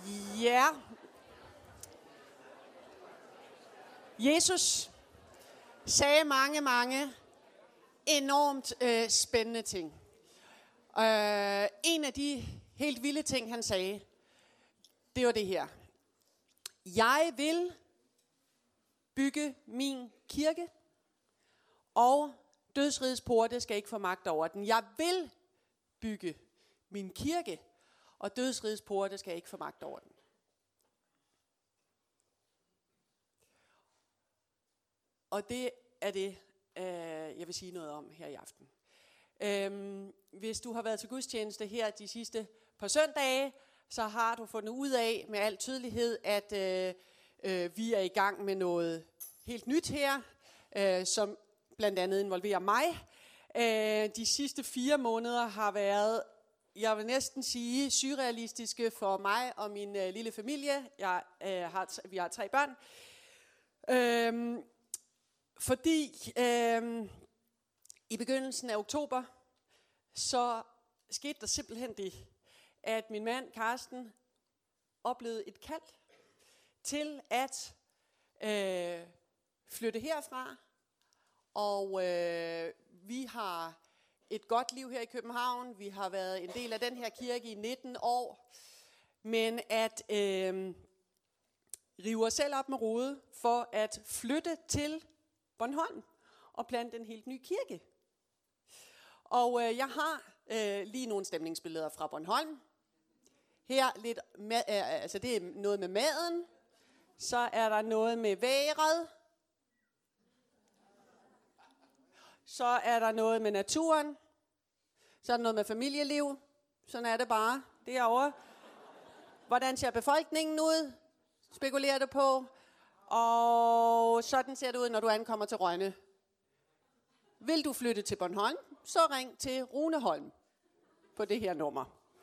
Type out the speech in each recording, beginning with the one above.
Ja. Jesus sagde mange enormt spændende ting. En af de helt vilde ting, han sagde, det var det her. Jeg vil bygge min kirke, og dødsrigets porte skal ikke få magt over den. Jeg vil bygge min kirke, og dødsrigets porte skal ikke få magt over den. Og det er det, jeg vil sige noget om her i aften. Hvis du har været til gudstjeneste her de sidste par søndage, så har du fundet ud af med al tydelighed, at vi er i gang med noget helt nyt her, som blandt andet involverer mig. De sidste 4 måneder har været, jeg vil næsten sige, surrealistiske for mig og min lille familie. Vi har 3 børn. Fordi i begyndelsen af oktober, så skete der simpelthen det, at min mand Karsten oplevede et kald til at flytte herfra. Og vi har et godt liv her i København. Vi har været en del af den her kirke i 19 år. Men at rive os selv op med rode for at flytte til Bornholm og plante en helt ny kirke. Og jeg har lige nogle stemningsbilleder fra Bornholm. Her lidt, altså det er noget med maden. Så er der noget med vejret. Så er der noget med naturen. Så er der noget med familieliv. Sådan er det bare derovre. Hvordan ser befolkningen ud? Spekulerer du på. Og sådan ser det ud, når du ankommer til Rønne. Vil du flytte til Bornholm, så ring til Runeholm på det her nummer.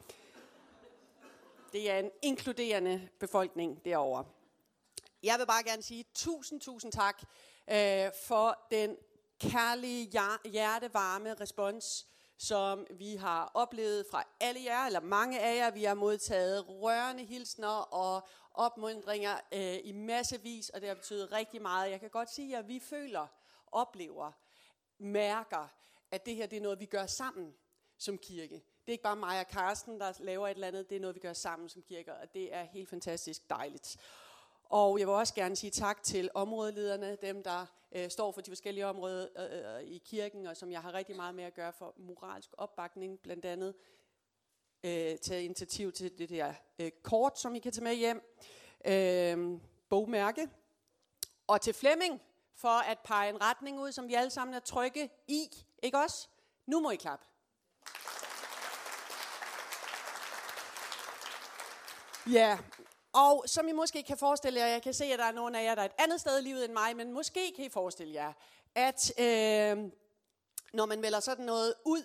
Det er en inkluderende befolkning derovre. Jeg vil bare gerne sige tusind tak for den kærlige, hjertevarme respons, som vi har oplevet fra alle jer, eller mange af jer. Vi har modtaget rørende hilsner og opmuntringer i massevis, og det har betydet rigtig meget. Jeg kan godt sige, at vi føler, oplever, mærker, at det her det er noget, vi gør sammen som kirke. Det er ikke bare mig og Karsten, der laver et eller andet, det er noget, vi gør sammen som kirke, og det er helt fantastisk dejligt. Og jeg vil også gerne sige tak til områdelederne, dem der står for de forskellige områder i kirken, og som jeg har rigtig meget med at gøre for moralsk opbakning, blandt andet taget initiativ til det der kort, som I kan tage med hjem, bogmærke, og til Flemming for at pege en retning ud, som vi alle sammen er trygge i, ikke også? Nu må I klappe. Ja. Og som I måske kan forestille jer, jeg kan se, at der er nogle af jer, der er et andet sted i livet end mig, men måske kan I forestille jer, at når man melder sådan noget ud,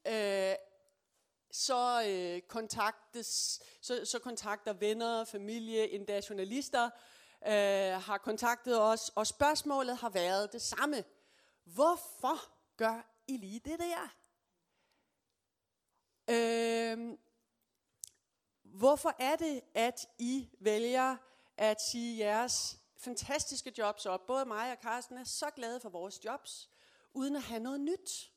så kontakter venner, familie, endda journalister, har kontaktet os, og spørgsmålet har været det samme. Hvorfor gør I lige det der? Hvorfor er det, at I vælger at sige jeres fantastiske jobs op? Både mig og Karsten er så glade for vores jobs, uden at have noget nyt.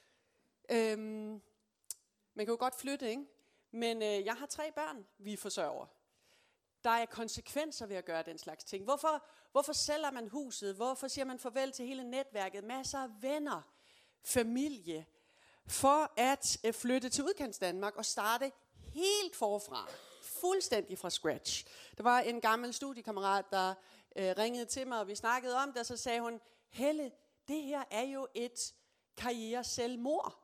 Man kan jo godt flytte, ikke? Men jeg har 3 børn, vi forsørger. Der er konsekvenser ved at gøre den slags ting. Hvorfor sælger man huset? Hvorfor siger man farvel til hele netværket? Masser af venner, familie, for at flytte til Udkantsdanmark og starte helt forfra, fuldstændig fra scratch. Der var en gammel studiekammerat, der ringede til mig, og vi snakkede om det, og så sagde hun, Helle, det her er jo et karriereselvmord.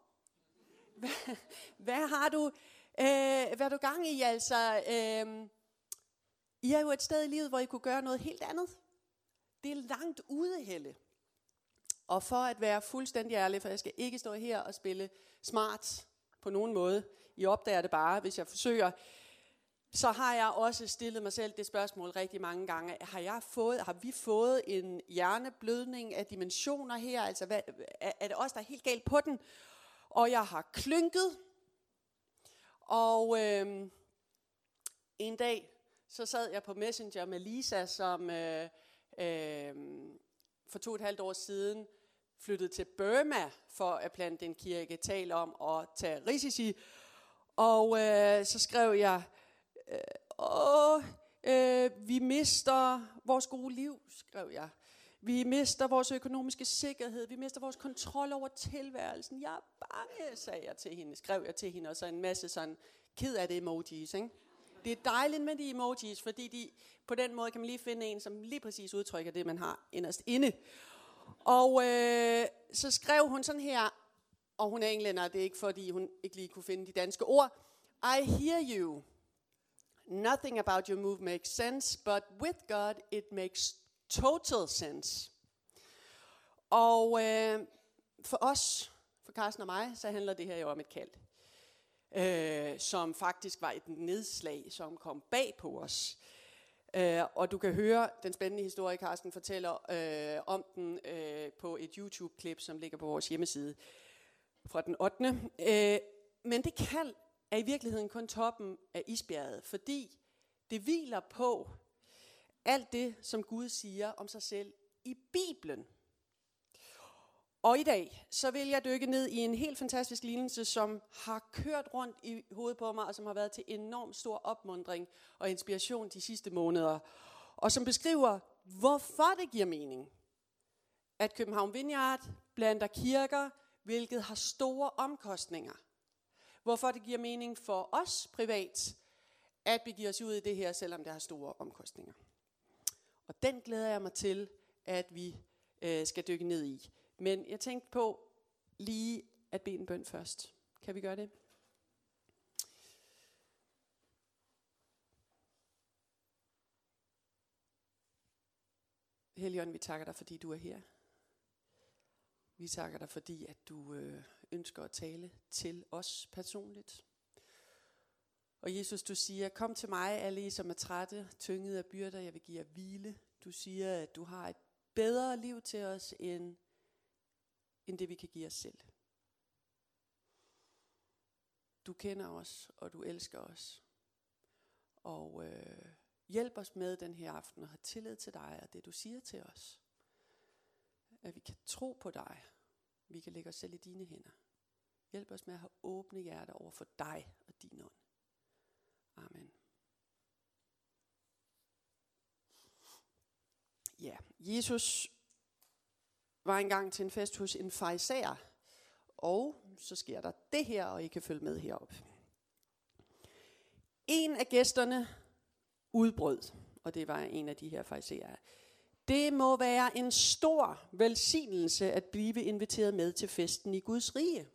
Hvad har du gang i? Altså, I er jo et sted i livet, hvor I kunne gøre noget helt andet. Det er langt ude, Helle. Og for at være fuldstændig ærlig, for jeg skal ikke stå her og spille smart på nogen måde, I opdager det bare, hvis jeg forsøger, så har jeg også stillet mig selv det spørgsmål rigtig mange gange. Har vi fået en hjerneblødning af dimensioner her? Altså, er det os, der er helt galt på den? Og jeg har klynket. Og en dag, så sad jeg på Messenger med Lisa, som for 2,5 år siden flyttede til Burma for at plante en kirke, tale om at tage risici. Og så skrev jeg, vi mister vores gode liv, skrev jeg. Vi mister vores økonomiske sikkerhed, vi mister vores kontrol over tilværelsen. Jeg er bange, sagde jeg til hende, skrev jeg til hende, og så en masse sådan ked af det emojis, ikke? Det er dejligt med de emojis, fordi på den måde kan man lige finde en, som lige præcis udtrykker det, man har inderst inde. Og så skrev hun sådan her, og hun er englænder, det er ikke fordi hun ikke lige kunne finde de danske ord. I hear you. Nothing about your move makes sense, but with God it makes total sense. Og for os, for Carsten og mig, så handler det her jo om et kald. Som faktisk var et nedslag, som kom bag på os. Og du kan høre den spændende historie, Carsten fortæller om den på et YouTube-klip, som ligger på vores hjemmeside fra den 8. Men det kald er i virkeligheden kun toppen af isbjerget, fordi det hviler på alt det, som Gud siger om sig selv i Bibelen. Og i dag, så vil jeg dykke ned i en helt fantastisk lignelse, som har kørt rundt i hovedet på mig, og som har været til enormt stor opmuntring og inspiration de sidste måneder. Og som beskriver, hvorfor det giver mening, at København Vineyard blander kirker, hvilket har store omkostninger. Hvorfor det giver mening for os privat, at begive os ud i det her, selvom det har store omkostninger. Og den glæder jeg mig til, at vi skal dykke ned i. Men jeg tænkte på lige at bede en bøn først. Kan vi gøre det? Helligånd, vi takker dig, fordi du er her. Vi takker dig, fordi at du ønsker at tale til os personligt. Og Jesus, du siger, kom til mig, alle I, som er trætte, tyngede af byrder, jeg vil give jer hvile. Du siger, at du har et bedre liv til os, end det vi kan give os selv. Du kender os, og du elsker os. Og hjælp os med den her aften, og have tillid til dig, og det du siger til os. At vi kan tro på dig. Vi kan lægge os selv i dine hænder. Hjælp os med at have åbne hjerter over for dig og din ånd. Amen. Ja, Jesus var engang til en fest hos en farisæer, og så sker der det her, og I kan følge med herop. En af gæsterne udbrød, og det var en af de her farisæere. Det må være en stor velsignelse at blive inviteret med til festen i Guds rige.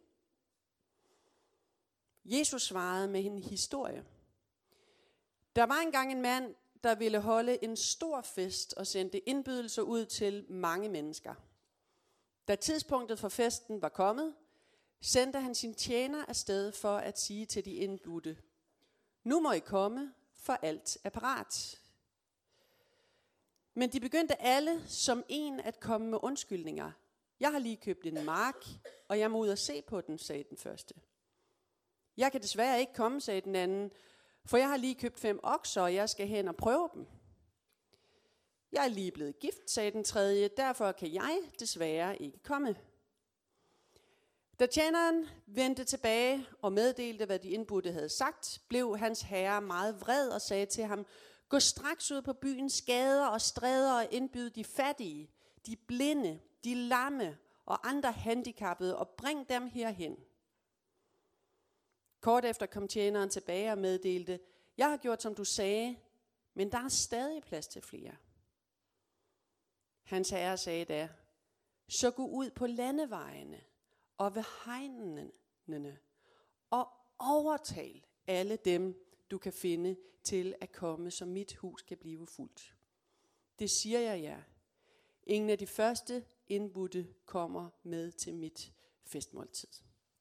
Jesus svarede med en historie. Der var engang en mand, der ville holde en stor fest og sendte indbydelser ud til mange mennesker. Da tidspunktet for festen var kommet, sendte han sin tjener afsted for at sige til de indbudte, nu må I komme, for alt er parat. Men de begyndte alle som en at komme med undskyldninger. Jeg har lige købt en mark, og jeg må ud og se på den, sagde den første. Jeg kan desværre ikke komme, sagde den anden, for jeg har lige købt 5 okser, og jeg skal hen og prøve dem. Jeg er lige blevet gift, sagde den tredje, derfor kan jeg desværre ikke komme. Da tjeneren vendte tilbage og meddelte, hvad de indbudte havde sagt, blev hans herre meget vred og sagde til ham, gå straks ud på byens gader og stræder og indbyd de fattige, de blinde, de lamme og andre handicappede og bring dem herhen. Kort efter kom tjeneren tilbage og meddelte, jeg har gjort som du sagde, men der er stadig plads til flere. Hans herre sagde da, så gå ud på landevejene og ved hegnene og overtal alle dem, du kan finde til at komme, så mit hus kan blive fuldt. Det siger jeg jer. Ingen af de første indbudte kommer med til mit festmåltid.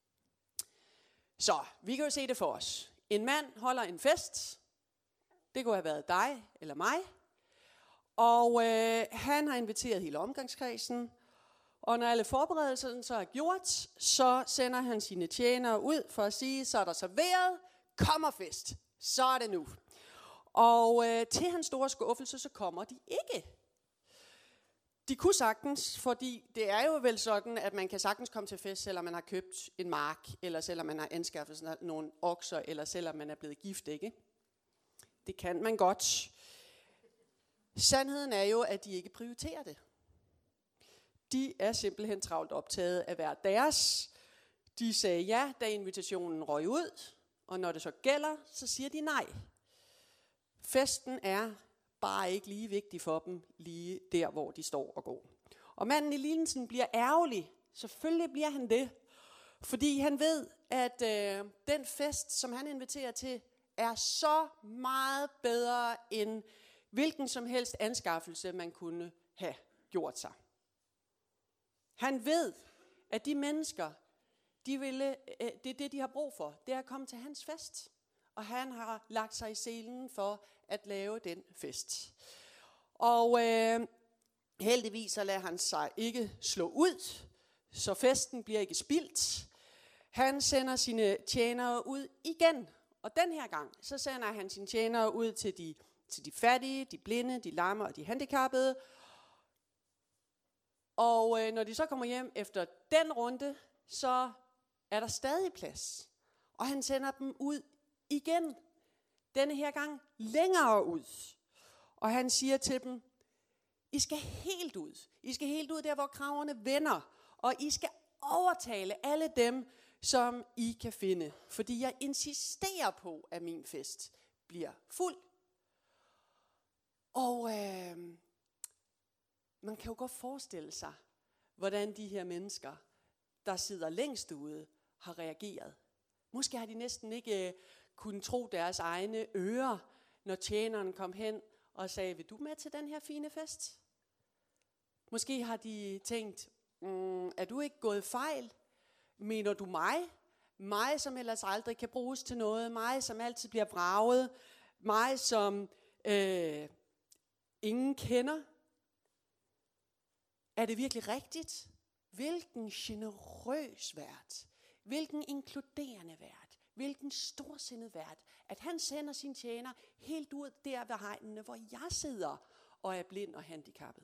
Så, vi kan jo se det for os. En mand holder en fest. Det kunne have været dig eller mig. Og han har inviteret hele omgangskredsen. Og når alle forberedelserne så er gjort, så sender han sine tjenere ud for at sige, så er der serveret, kommer fest. Så er det nu. Og til hans store skuffelse, så kommer de ikke. De kunne sagtens, fordi det er jo vel sådan, at man kan sagtens komme til fest, selvom man har købt en mark, eller selvom man har anskaffet nogle okser, eller selvom man er blevet gift, ikke? Det kan man godt. Sandheden er jo, at de ikke prioriterer det. De er simpelthen travlt optaget af hver deres. De sagde ja, da invitationen røg ud, og når det så gælder, så siger de nej. Festen er bare ikke lige vigtig for dem, lige der, hvor de står og går. Og manden i lignelsen bliver ærgerlig. Selvfølgelig bliver han det. Fordi han ved, at den fest, som han inviterer til, er så meget bedre end hvilken som helst anskaffelse, man kunne have gjort sig. Han ved, at de mennesker, det er det, de har brug for. Det er at komme til hans fest. Og han har lagt sig i selen for at lave den fest. Og heldigvis så lader han sig ikke slå ud, så festen bliver ikke spildt. Han sender sine tjenere ud igen. Og den her gang, så sender han sine tjenere ud til de fattige, de blinde, de lamme og de handicappede. Og når de så kommer hjem efter den runde, så er der stadig plads. Og han sender dem ud igen. Denne her gang længere ud. Og han siger til dem, I skal helt ud. I skal helt ud der, hvor kragerne vender. Og I skal overtale alle dem, som I kan finde. Fordi jeg insisterer på, at min fest bliver fuld. Og man kan jo godt forestille sig, hvordan de her mennesker, der sidder længst ude, har reageret. Måske har de næsten ikke kunnet tro deres egne ører, når tjeneren kom hen og sagde, vil du med til den her fine fest? Måske har de tænkt, er du ikke gået fejl? Mener du mig? Mig, som ellers aldrig kan bruges til noget. Mig, som altid bliver vraget. Mig, som ingen kender. Er det virkelig rigtigt? Hvilken generøs vært. Hvilken inkluderende vært. Hvilken storsindet vært. At han sender sin tjener helt ud der ved hegnene, hvor jeg sidder og er blind og handicappet.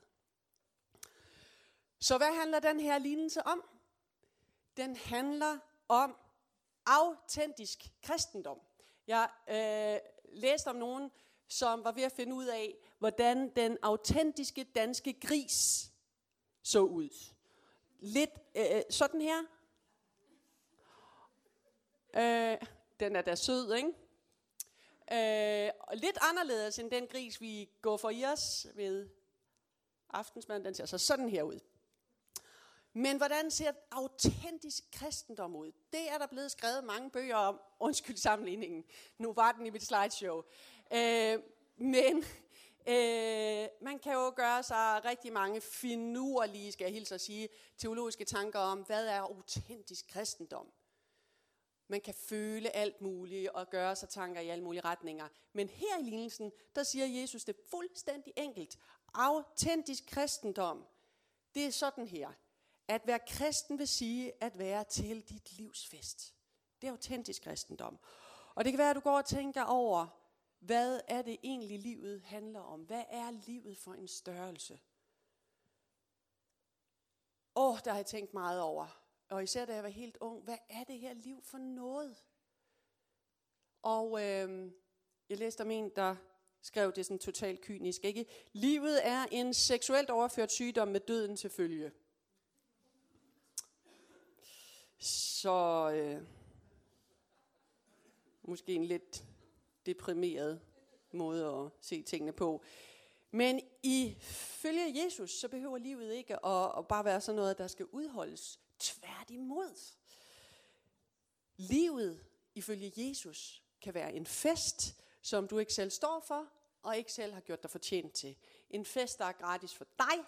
Så hvad handler den her lignelse om? Den handler om autentisk kristendom. Jeg læste om nogen, som var ved at finde ud af, hvordan den autentiske danske gris så ud. Lidt sådan her. Den er da sød, ikke? Lidt anderledes end den gris, vi går for i os ved aftensmad. Den ser så sådan her ud. Men hvordan ser autentisk kristendom ud? Det er der blevet skrevet mange bøger om. Undskyld sammenligningen. Nu var den i mit slideshow. Men man kan jo gøre sig rigtig mange finurlige, skal jeg hilse at sige, teologiske tanker om, hvad er autentisk kristendom? Man kan føle alt muligt og gøre sig tanker i alle mulige retninger. Men her i lignelsen, der siger Jesus det fuldstændig enkelt. Autentisk kristendom, det er sådan her. At være kristen vil sige at være til dit livs fest. Det er autentisk kristendom. Og det kan være, at du går og tænker over, hvad er det egentlig livet handler om? Hvad er livet for en størrelse? Der har jeg tænkt meget over. Og især da jeg var helt ung, hvad er det her liv for noget? Og jeg læste om en, der skrev det sådan totalt kynisk, ikke? Livet er en seksuelt overført sygdom med døden til følge. Så måske en lidt deprimeret måde at se tingene på. Men ifølge Jesus, så behøver livet ikke at bare være sådan noget, der skal udholdes. Tværtimod. Livet ifølge Jesus kan være en fest, som du ikke selv står for, og ikke selv har gjort dig fortjent til. En fest, der er gratis for dig,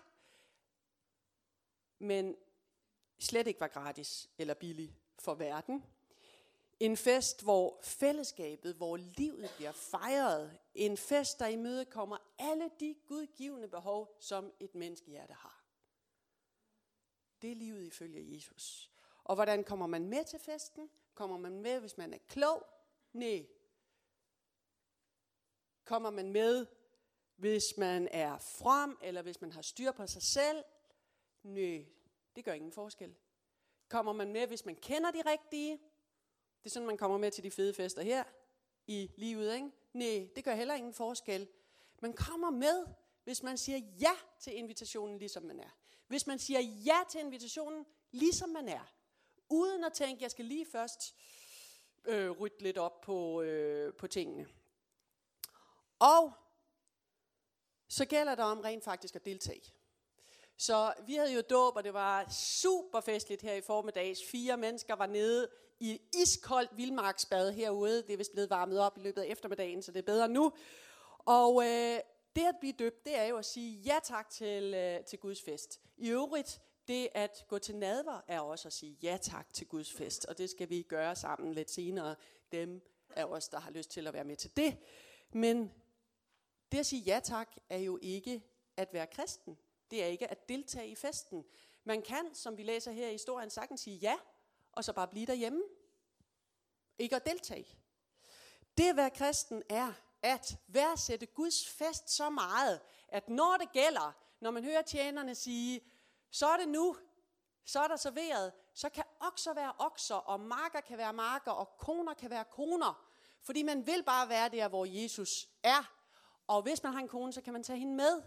men slet ikke var gratis eller billig for verden. En fest, hvor fællesskabet, hvor livet bliver fejret. En fest, der imødekommer alle de gudgivne behov, som et menneskehjerte har. Det er livet ifølge Jesus. Og hvordan kommer man med til festen? Kommer man med, hvis man er klog? Nej. Kommer man med, hvis man er from, eller hvis man har styr på sig selv? Nø, det gør ingen forskel. Kommer man med, hvis man kender de rigtige? Det er sådan, man kommer med til de fede fester her i livet, ikke? Nej, det gør heller ingen forskel. Man kommer med, hvis man siger ja til invitationen, ligesom man er. Hvis man siger ja til invitationen, ligesom man er. Uden at tænke, jeg skal lige først rydde lidt op på tingene. Og så gælder det om rent faktisk at deltage. Så vi havde jo dåb, og det var super festligt her i formiddags. 4 mennesker var nede i iskoldt vildmarksbad herude. Det er vist blevet varmet op i løbet af eftermiddagen, så det er bedre nu. Og det at blive døbt, det er jo at sige ja tak til Guds fest. I øvrigt, det at gå til nadver er også at sige ja tak til Guds fest. Og det skal vi gøre sammen lidt senere. Dem af os, der har lyst til at være med til det. Men det at sige ja tak er jo ikke at være kristen. Det er ikke at deltage i festen. Man kan, som vi læser her i historien, sagtens sige ja, og så bare blive derhjemme. Ikke at deltage. Det at være kristen er at værdsætte Guds fest så meget, at når det gælder, når man hører tjenerne sige, så er det nu, så er der serveret, så kan okser være okser, og marker kan være marker, og koner kan være koner. Fordi man vil bare være der, hvor Jesus er. Og hvis man har en kone, så kan man tage hende med.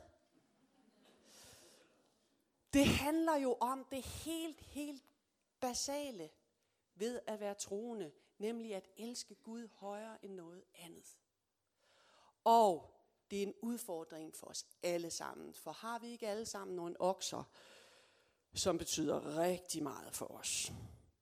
Det handler jo om det helt basale ved at være troende, nemlig at elske Gud højere end noget andet. Og det er en udfordring for os alle sammen, for har vi ikke alle sammen nogle okser, som betyder rigtig meget for os.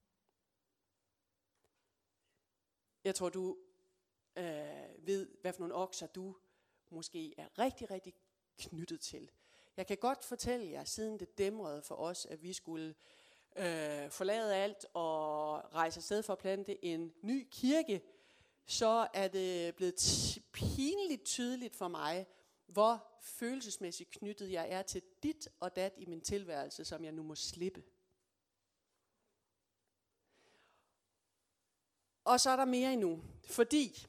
Jeg tror, du ved, hvad for nogle okser du måske er rigtig knyttet til. Jeg kan godt fortælle jer, siden det dæmrede for os, at vi skulle forlade alt og rejse afsted for at plante en ny kirke, så er det blevet pinligt tydeligt for mig, hvor følelsesmæssigt knyttet jeg er til dit og dat i min tilværelse, som jeg nu må slippe. Og så er der mere endnu, fordi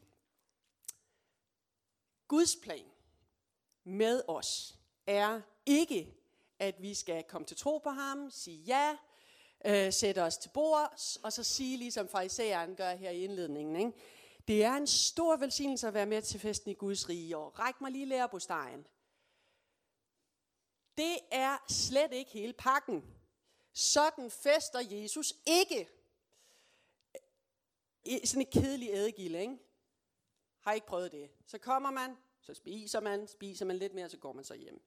Guds plan med os er ikke, at vi skal komme til tro på ham, sige ja, sætte os til bords, og så sige, ligesom farisæeren gør her i indledningen, ikke? Det er en stor velsignelse at være med til festen i Guds rige, og ræk mig lige lærebostegen. Det er slet ikke hele pakken. Sådan fester Jesus ikke. Sådan et kedeligt ædegilde, ikke? Har ikke prøvet det. Så kommer man, så spiser man lidt mere, så går man så hjem.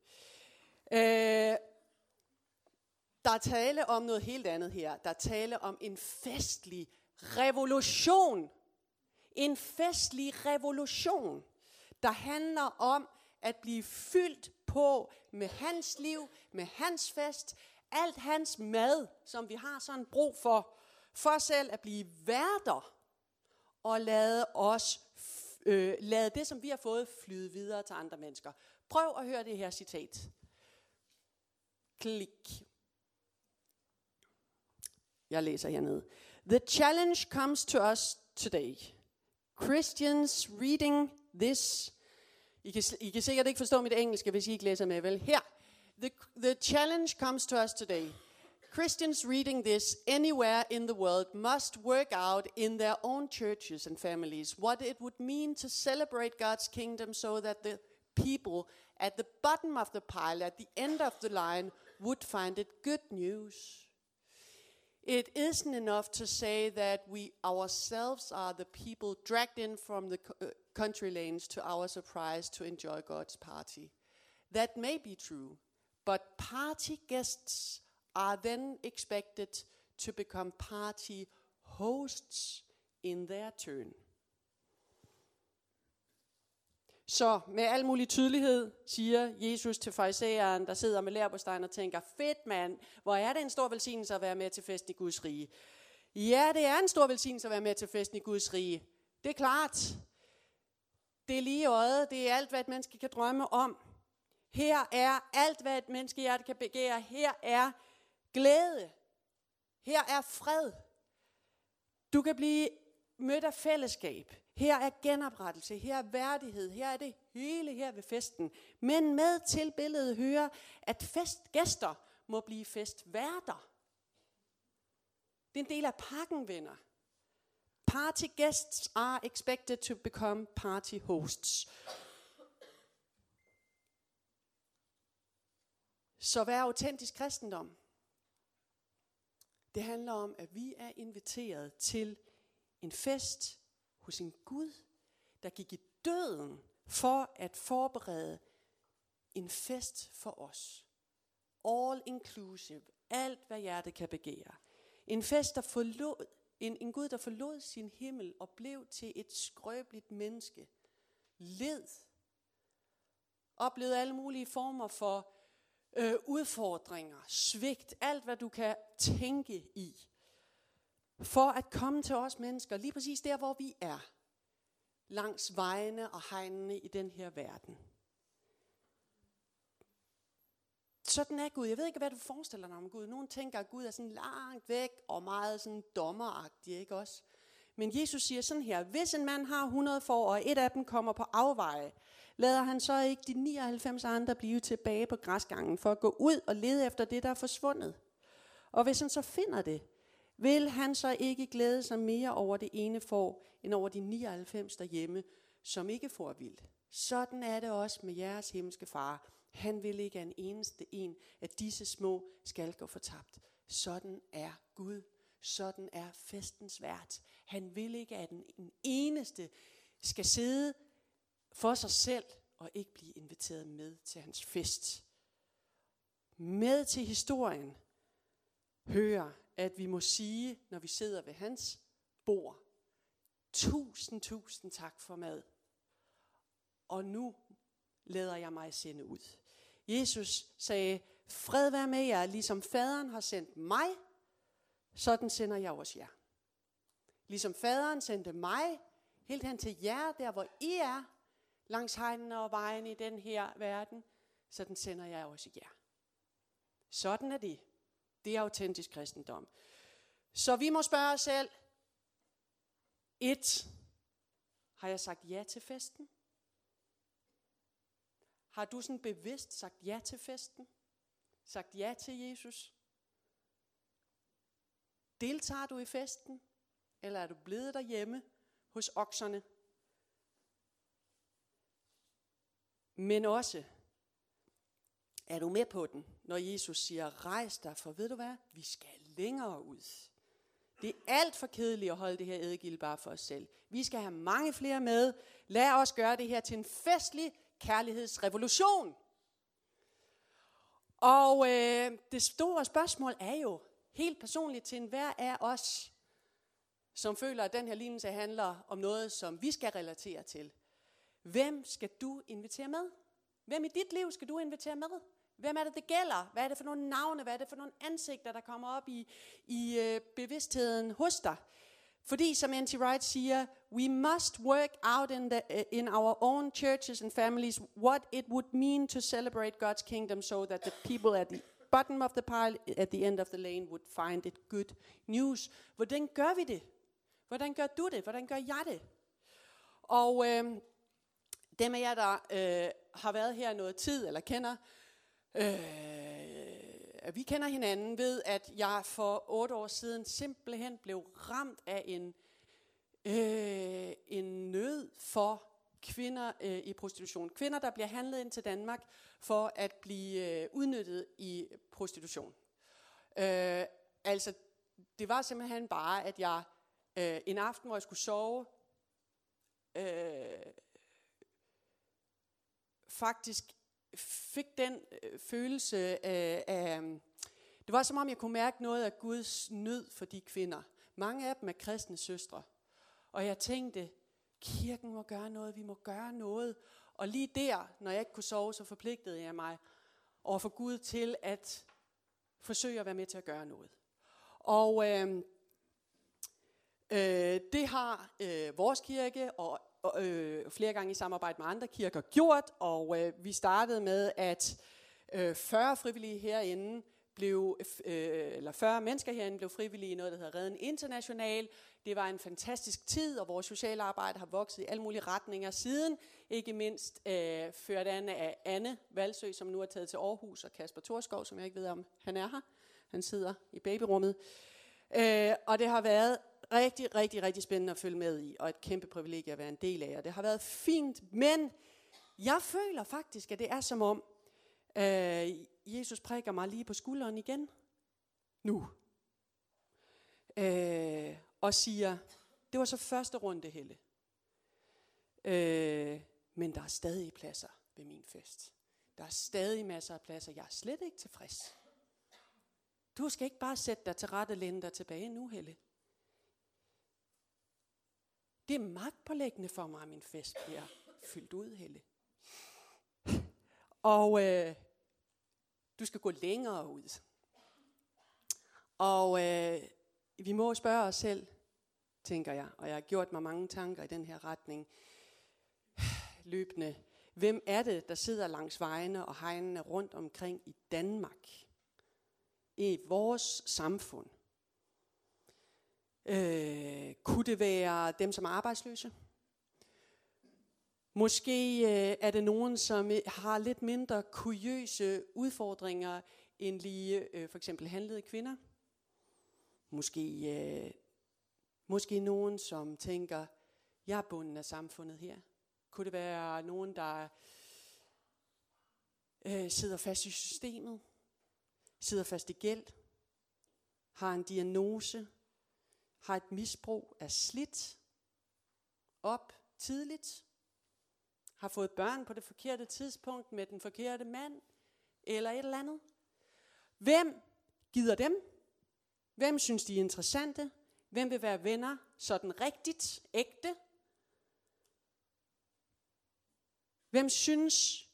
Der er tale om noget helt andet her. Der er tale om en festlig revolution. En festlig revolution, der handler om at blive fyldt på med hans liv, med hans fest, alt hans mad, som vi har sådan brug for selv at blive værter, og lade det, som vi har fået, flyde videre til andre mennesker. Prøv at høre det her citat. Klik. Jeg læser hernede. The challenge comes to us today. Christians reading this. I kan sikkert ikke forstå mit engelske, hvis I ikke læser med, vel? Her. The challenge comes to us today. Christians reading this anywhere in the world must work out in their own churches and families what it would mean to celebrate God's kingdom so that the people at the bottom of the pile, at the end of the line, would find it good news. It isn't enough to say that we ourselves are the people dragged in from the country lanes to our surprise to enjoy God's party. That may be true, but party guests are then expected to become party hosts in their turn. Så med al mulig tydelighed siger Jesus til farisæeren, der sidder med lærbostegen og tænker, fedt mand, hvor er det en stor velsignelse at være med til festen i Guds rige. Ja, det er en stor velsignelse at være med til festen i Guds rige. Det er klart. Det er lige i øjet. Det er alt, hvad et menneske kan drømme om. Her er alt, hvad et menneskehjerte kan begære. Her er glæde. Her er fred. Du kan blive mødt af fællesskab. Her er genoprettelse, her er værdighed, her er det hele her ved festen. Men med til billedet hører, at festgæster må blive festværter. Det er en del af pakken, venner. Party guests are expected to become party hosts. Så hvad er autentisk kristendom? Det handler om, at vi er inviteret til en fest hos en Gud, der gik i døden for at forberede en fest for os. All inclusive. Alt, hvad hjertet kan begære. En fest, der forlod, en Gud, der forlod sin himmel og blev til et skrøbeligt menneske. Led. Oplevede alle mulige former for udfordringer, svigt, alt hvad du kan tænke i. For at komme til os mennesker, lige præcis der, hvor vi er. Langs vejene og hegnene i den her verden. Sådan er Gud. Jeg ved ikke, hvad du forestiller dig om Gud. Nogle tænker, at Gud er sådan langt væk og meget sådan dommeragtig, ikke også? Men Jesus siger sådan her: hvis en mand har 100 får, og et af dem kommer på afveje, lader han så ikke de 99 andre blive tilbage på græsgangen for at gå ud og lede efter det, der er forsvundet? Og hvis han så finder det, vil han så ikke glæde sig mere over det ene får, end over de 99 derhjemme, som ikke får vildt? Sådan er det også med jeres himmelske far. Han vil ikke, at en eneste en af disse små skal gå fortabt. Sådan er Gud. Sådan er festens vært. Han vil ikke, at en eneste skal sidde for sig selv og ikke blive inviteret med til hans fest. Med til historien hører, at vi må sige, når vi sidder ved hans bord: 1000 tak for mad. Og nu lader jeg mig sende ud. Jesus sagde: fred være med jer, ligesom faderen har sendt mig, sådan sender jeg også jer. Ligesom faderen sendte mig helt hen til jer, der hvor I er, langs hegnene og vejen i den her verden, sådan sender jeg også jer. Sådan er det. Det er autentisk kristendom. Så vi må spørge os selv: 1. Har jeg sagt ja til festen? Har du sådan bevidst sagt ja til festen? Sagt ja til Jesus? Deltager du i festen? Eller er du blevet derhjemme hos okserne? Men også, er du med på den, når Jesus siger: rejs dig, for ved du hvad? Vi skal længere ud. Det er alt for kedeligt at holde det her eddegilde bare for os selv. Vi skal have mange flere med. Lad os gøre det her til en festlig kærlighedsrevolution. Og det store spørgsmål er jo helt personligt til enhver af os, som føler, at den her lignelse handler om noget, som vi skal relatere til. Hvem skal du invitere med? Hvem i dit liv skal du invitere med? Hvem er det, det gælder? Hvad er det for nogle navne? Hvad er det for nogle ansigter, der kommer op i bevidstheden hos dig? Fordi, som N.T. Wright siger, we must work out in our own churches and families what it would mean to celebrate God's kingdom, so that the people at the bottom of the pile, at the end of the lane, would find it good news. Hvordan gør vi det? Hvordan gør du det? Hvordan gør jeg det? Og dem af jer, der har været her noget tid, eller kender, vi kender hinanden, ved, at jeg for 8 år siden simpelthen blev ramt af en nød for kvinder i prostitution. Kvinder, der bliver handlet ind til Danmark for at blive udnyttet i prostitution. Altså, det var simpelthen bare, at jeg en aften, hvor jeg skulle sove, faktisk fik den følelse af, det var som om jeg kunne mærke noget af Guds nød for de kvinder. Mange af dem er kristne søstre. Og jeg tænkte, kirken må gøre noget, vi må gøre noget. Og lige der, når jeg ikke kunne sove, så forpligtede jeg mig over for Gud til at forsøge at være med til at gøre noget. Og det har vores kirke og flere gange i samarbejde med andre kirker gjort, og vi startede med, at 40 frivillige herinde blev, eller 40 mennesker herinde blev frivillige i noget, der hedder Redden International. Det var en fantastisk tid, og vores sociale arbejde har vokset i alle mulige retninger siden. Ikke mindst ført an af Anne Valsø, som nu er taget til Aarhus, og Kasper Thorskov, som jeg ikke ved, om han er her. Han sidder i babyrummet. Og det har været rigtig, rigtig, rigtig spændende at følge med i, og et kæmpe privilegie at være en del af. Og det har været fint, men jeg føler faktisk, at det er som om, Jesus prikker mig lige på skulderen igen. Nu. Og siger, det var så første runde, Helle. Men der er stadig pladser ved min fest. Der er stadig masser af pladser. Jeg er slet ikke tilfreds. Du skal ikke bare sætte dig til rette og læne dig tilbage nu, Helle. Det er magtpålæggende for mig, at min fest bliver fyldt ud, Helle. Og du skal gå længere ud. Og vi må spørge os selv, tænker jeg, og jeg har gjort mig mange tanker i den her retning løbende. Hvem er det, der sidder langs vejene og hegnene rundt omkring i Danmark? I vores samfund? Kunne det være dem, som er arbejdsløse? Måske er det nogen, som har lidt mindre kuriøse udfordringer end lige for eksempel handlede kvinder. Måske nogen, som tænker, jeg er bunden af samfundet her. Kunne det være nogen, der sidder fast i systemet, sidder fast i gæld, har en diagnose, har et misbrug, er slidt op tidligt, har fået børn på det forkerte tidspunkt med den forkerte mand, eller et eller andet. Hvem gider dem? Hvem synes, de er interessante? Hvem vil være venner? Sådan rigtigt, ægte? Hvem synes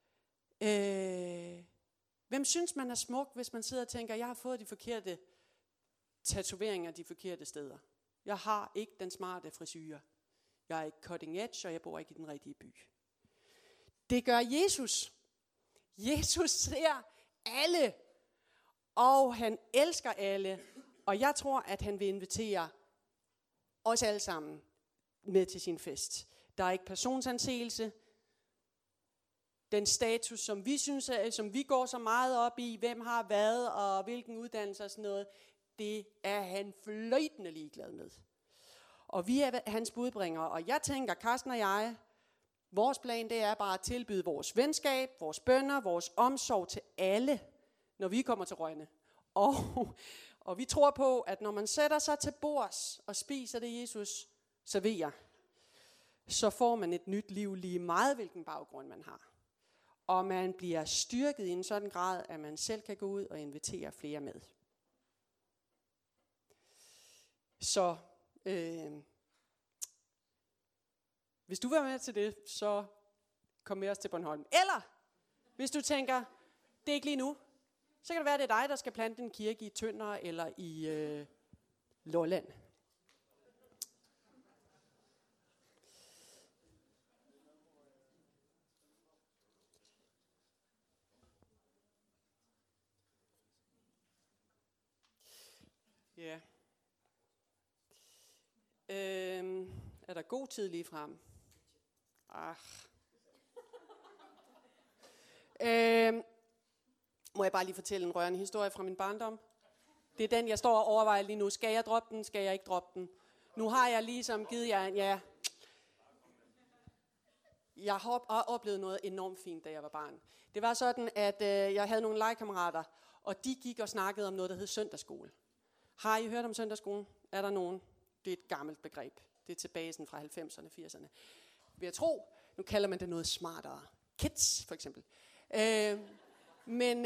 man er smuk, hvis man sidder og tænker, jeg har fået de forkerte tatoveringer de forkerte steder. Jeg har ikke den smarte frisyre. Jeg er ikke cutting edge, og jeg bor ikke i den rigtige by. Det gør Jesus. Jesus ser alle, og han elsker alle, og jeg tror, at han vil invitere os alle sammen med til sin fest. Der er ikke personsanseelse. Den status, som vi synes, som vi går så meget op i, hvem har hvad og hvilken uddannelse og sådan noget, det er han fløjtende ligeglad med. Og vi er hans budbringere, og jeg tænker, Carsten og jeg, vores plan det er bare at tilbyde vores venskab, vores bønner, vores omsorg til alle, når vi kommer til Rønne. Og vi tror på, at når man sætter sig til bords og spiser det, Jesus serverer, så får man et nyt liv lige meget, hvilken baggrund man har. Og man bliver styrket i en sådan grad, at man selv kan gå ud og invitere flere med. Så hvis du vil være med til det, så kom med os til Bornholm. Eller hvis du tænker, det er ikke lige nu, så kan det være, at det er dig, der skal plante en kirke i Tønder eller i Lolland. Ja. Er der god tid lige frem? Må jeg bare lige fortælle en rørende historie fra min barndom? Det er den, jeg står og overvejer lige nu. Skal jeg droppe den? Skal jeg ikke droppe den? Nu har jeg ligesom givet jer ja. Jeg har oplevet noget enormt fint, da jeg var barn. Det var sådan, at jeg havde nogle legekammerater, og de gik og snakkede om noget, der hed søndagsskole. Har I hørt om søndagsskolen? Er der nogen? Det er et gammelt begreb. Det er tilbage sådan fra 90'erne, 80'erne. Vil jeg tro, nu kalder man det noget smartere. Kids, for eksempel. Men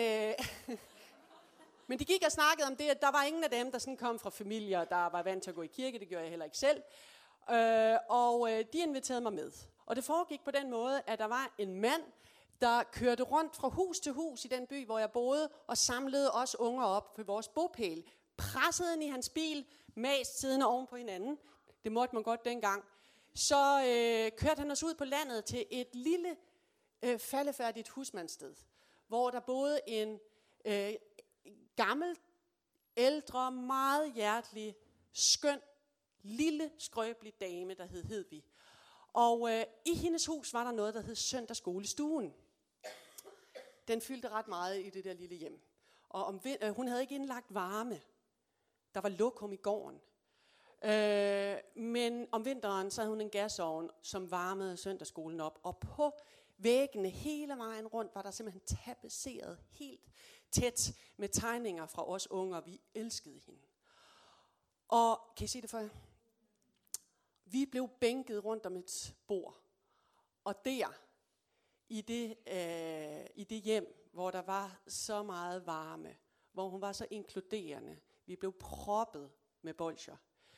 de gik og snakkede om det, at der var ingen af dem, der sådan kom fra familier, der var vant til at gå i kirke. Det gjorde jeg heller ikke selv. Og de inviterede mig med. Og det foregik på den måde, at der var en mand, der kørte rundt fra hus til hus i den by, hvor jeg boede, og samlede os unger op på vores bopæl. Pressede ind i hans bil, mast siddende oven på hinanden. Det måtte man godt dengang. Så kørte han os ud på landet til et lille faldefærdigt husmandssted, hvor der boede en gammel, ældre, meget hjertelig, skøn, lille, skrøbelig dame, der hed Hedvig. Og i hendes hus var der noget, der hed søndagsskolestuen. Den fyldte ret meget i det der lille hjem. Og hun havde ikke indlagt varme. Der var lokum i gården. Men om vinteren, så havde hun en gasovn, som varmede søndagsskolen op. Og på væggene hele vejen rundt var der simpelthen tapetseret helt tæt med tegninger fra os unger. Vi elskede hende. Og kan I se det for jer? Vi blev bænket rundt om et bord. Og der, i det hjem, hvor der var så meget varme, hvor hun var så inkluderende, vi blev proppet med bolsjer,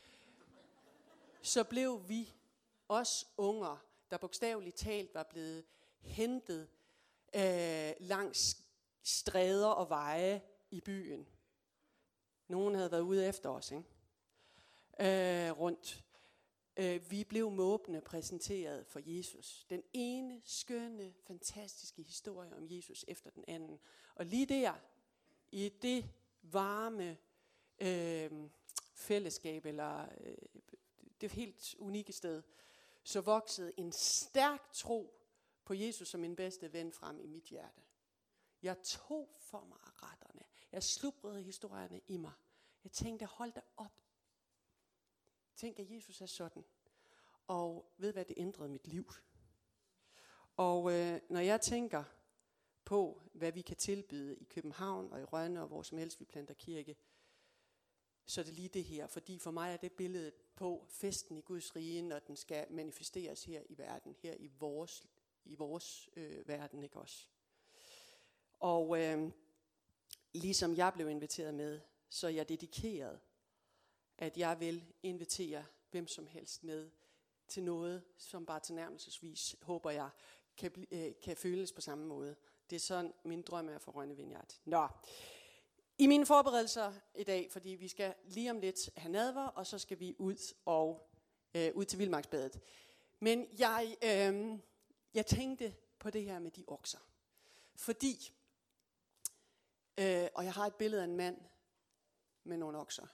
så blev vi, os unger, der bogstaveligt talt var blevet hentet langs stræder og veje i byen. Nogen havde været ude efter os, ikke? Rundt. Vi blev måbende præsenteret for Jesus. Den ene skønne, fantastiske historie om Jesus efter den anden. Og lige der, i det varme fællesskab, eller det helt unikke sted, så voksede en stærk tro på Jesus som min bedste ven frem i mit hjerte. Jeg tog for mig retterne. Jeg slubrede historierne i mig. Jeg tænkte, hold da op. Tænk, at Jesus er sådan. Og ved hvad, det ændrede mit liv. Og når jeg tænker på, hvad vi kan tilbyde i København og i Rønne og hvor som helst vi planter kirke, så er det lige det her. Fordi for mig er det billedet på festen i Guds rige, når den skal manifesteres her i verden, her i vores verden, ikke også? Og ligesom jeg blev inviteret med, så er jeg dedikeret, at jeg vil invitere hvem som helst med til noget, som bare tilnærmelsesvis, håber jeg, kan føles på samme måde. Det er sådan, min drøm er for Rønne Vineyard. Nå, i mine forberedelser i dag, fordi vi skal lige om lidt have nadver, og så skal vi ud til Vildmarksbadet. Men jeg tænkte på det her med de okser. Fordi, og jeg har et billede af en mand med nogle okser.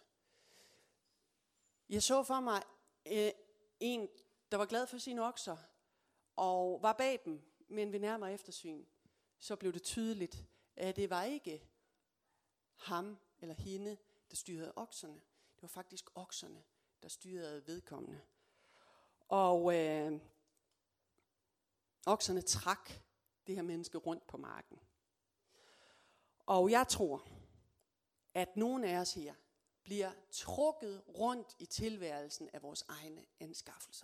Jeg så for mig en, der var glad for sine okser, og var bag dem, men ved nærmere eftersyn, så blev det tydeligt, at det var ikke ham eller hende, der styrede okserne. Det var faktisk okserne, der styrede vedkommende. Og okserne trak det her menneske rundt på marken. Og jeg tror, at nogen af os her bliver trukket rundt i tilværelsen af vores egne anskaffelser.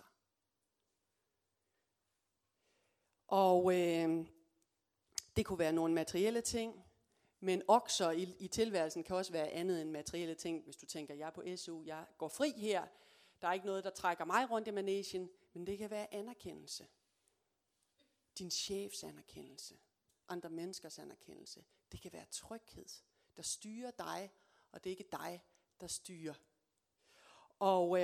Og det kunne være nogle materielle ting, men okser i tilværelsen kan også være andet end materielle ting. Hvis du tænker, jeg er på SU, jeg går fri her, der er ikke noget, der trækker mig rundt i managen, men det kan være anerkendelse. Din chefs anerkendelse, andre menneskers anerkendelse. Det kan være tryghed, der styrer dig, og det er ikke dig, der styrer. Og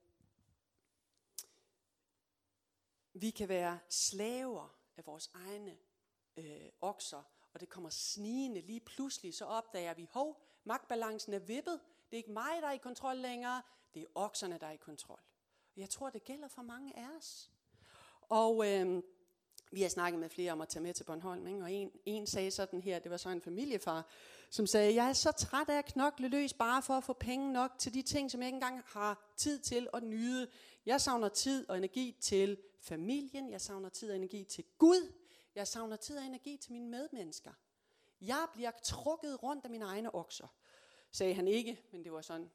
vi kan være slaver af vores egne okser, og det kommer snigende lige pludselig, så opdager vi, magtbalancen er vippet. Det er ikke mig, der er i kontrol længere, det er okserne, der er i kontrol. Jeg tror, det gælder for mange af os. Og vi har snakket med flere om at tage med til Bornholm, ikke? Og en sagde sådan her, det var så en familiefar, som sagde, jeg er så træt af at knokle løs, bare for at få penge nok til de ting, som jeg ikke engang har tid til at nyde. Jeg savner tid og energi til familien, jeg savner tid og energi til Gud, jeg savner tid og energi til mine medmennesker. Jeg bliver trukket rundt af mine egne okser, sagde han ikke, men det var sådan,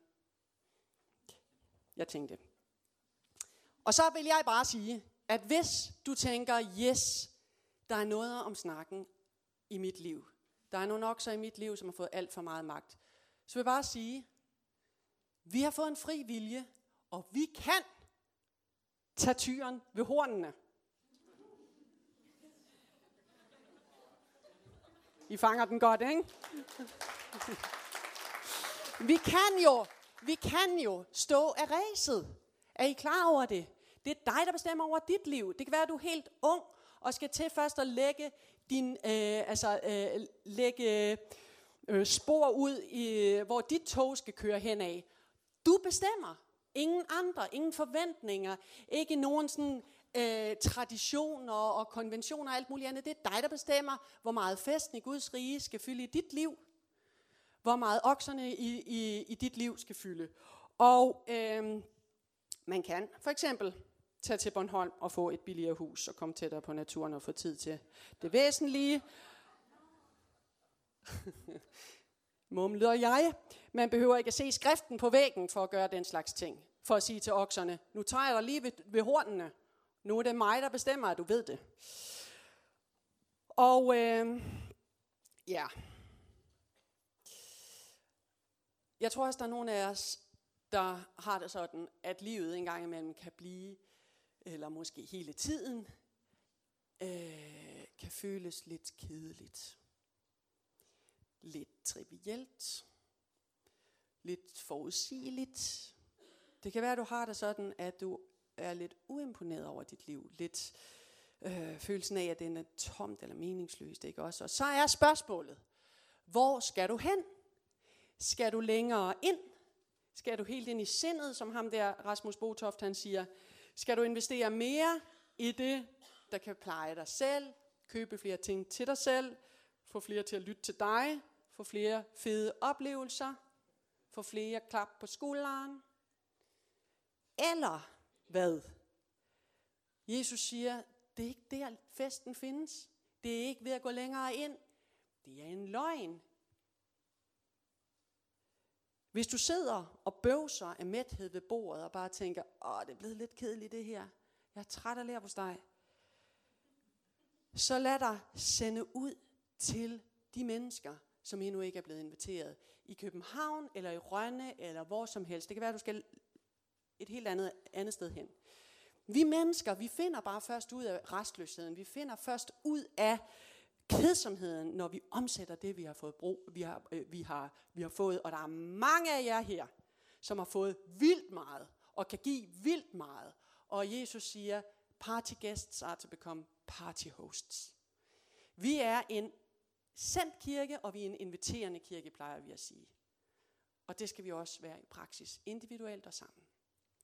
jeg tænkte. Og så vil jeg bare sige, at hvis du tænker, yes, der er noget om snakken i mit liv, der er nogle okser i mit liv, som har fået alt for meget magt, så vil jeg bare sige, vi har fået en fri vilje, og vi kan tage tyren ved hornene. I fanger den godt, ikke? Vi kan jo stå af ræset. Er I klar over det? Det er dig, der bestemmer over dit liv. Det kan være, at du er helt ung og skal til først at lægge spor ud, hvor dit tog skal køre hen af. Du bestemmer. Ingen andre, ingen forventninger, ikke nogen sådan, traditioner og konventioner og alt muligt andet. Det er dig, der bestemmer, hvor meget festen i Guds rige skal fylde i dit liv. Hvor meget okserne i dit liv skal fylde. Og man kan for eksempel tage til Bornholm og få et billigere hus og komme tættere på naturen og få tid til det væsentlige. Mumler jeg. Man behøver ikke at se skriften på væggen for at gøre den slags ting. For at sige til okserne, nu tager jeg dig lige ved hornene. Nu er det mig, der bestemmer, at du ved det. Og ja. Jeg tror også, der er nogle af os, der har det sådan, at livet engang imellem kan blive, eller måske hele tiden, kan føles lidt kedeligt. Lidt trivielt. Lidt forudsigeligt. Det kan være, at du har det sådan, at du er lidt uimponeret over dit liv. Lidt følelsen af, at det er tomt eller meningsløst. Ikke også? Og så er spørgsmålet, hvor skal du hen? Skal du længere ind? Skal du helt ind i sindet, som ham der Rasmus Botoft han siger? Skal du investere mere i det, der kan pleje dig selv? Købe flere ting til dig selv? Få flere til at lytte til dig? Få flere fede oplevelser? Få flere klap på skulderen? Eller hvad? Jesus siger, det er ikke der festen findes. Det er ikke ved at gå længere ind. Det er en løgn. Hvis du sidder og bøvser af mæthed ved bordet og bare tænker, det er blevet lidt kedeligt det her. Jeg er træt af leverpostej. Så lad dig sende ud til de mennesker, som endnu ikke er blevet inviteret. I København eller i Rønne eller hvor som helst. Det kan være, at du skal et helt andet sted hen. Vi mennesker, vi finder bare først ud af restløsheden. Vi finder først ud af kedsomheden, når vi omsætter det, vi har fået vi har fået. Og der er mange af jer her, som har fået vildt meget og kan give vildt meget. Og Jesus siger, party guests are to become party hosts. Vi er en sendt kirke, og vi er en inviterende kirke, plejer vi at sige. Og det skal vi også være i praksis, individuelt og sammen.